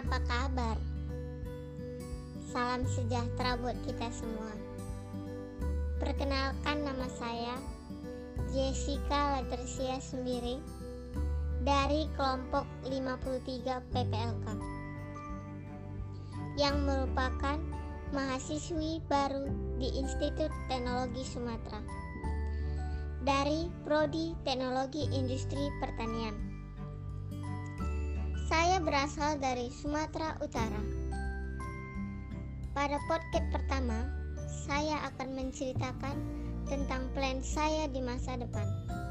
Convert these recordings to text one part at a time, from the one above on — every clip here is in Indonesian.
apa kabar? Salam sejahtera buat kita semua. Perkenalkan, nama saya Jessica Latricia Sembiring dari kelompok 53 PPLK yang merupakan mahasiswi baru di Institut Teknologi Sumatera dari Prodi Teknologi Industri Pertanian. Saya berasal dari Sumatera Utara. Pada podcast pertama, saya akan menceritakan tentang plan saya di masa depan.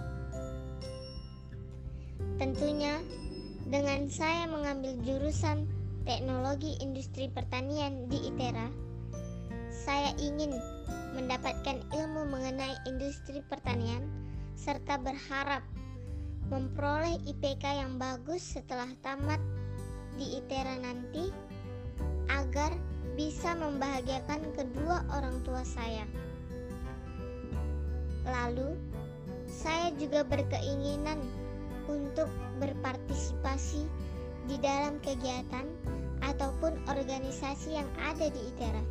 Tentunya, dengan saya mengambil jurusan Teknologi Industri Pertanian di ITERA, saya ingin mendapatkan ilmu mengenai industri pertanian serta berharap memperoleh IPK yang bagus setelah tamat di ITERA nanti agar bisa membahagiakan kedua orang tua saya. Lalu, saya juga berkeinginan untuk berpartisipasi di dalam kegiatan ataupun organisasi yang ada di ITERA.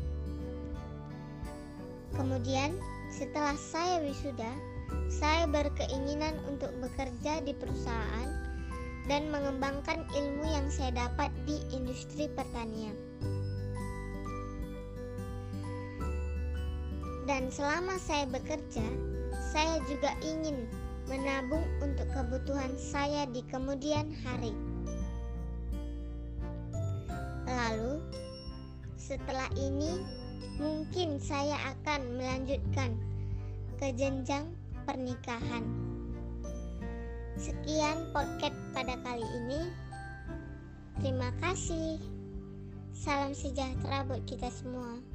Kemudian, setelah saya wisuda, saya berkeinginan untuk bekerja di perusahaan dan mengembangkan ilmu yang saya dapat di industri pertanian. Dan selama saya bekerja, saya juga ingin menabung untuk kebutuhan saya di kemudian hari. Lalu, setelah ini, mungkin saya akan melanjutkan ke jenjang pernikahan. Sekian podcast pada kali ini. Terima kasih. Salam sejahtera buat kita semua.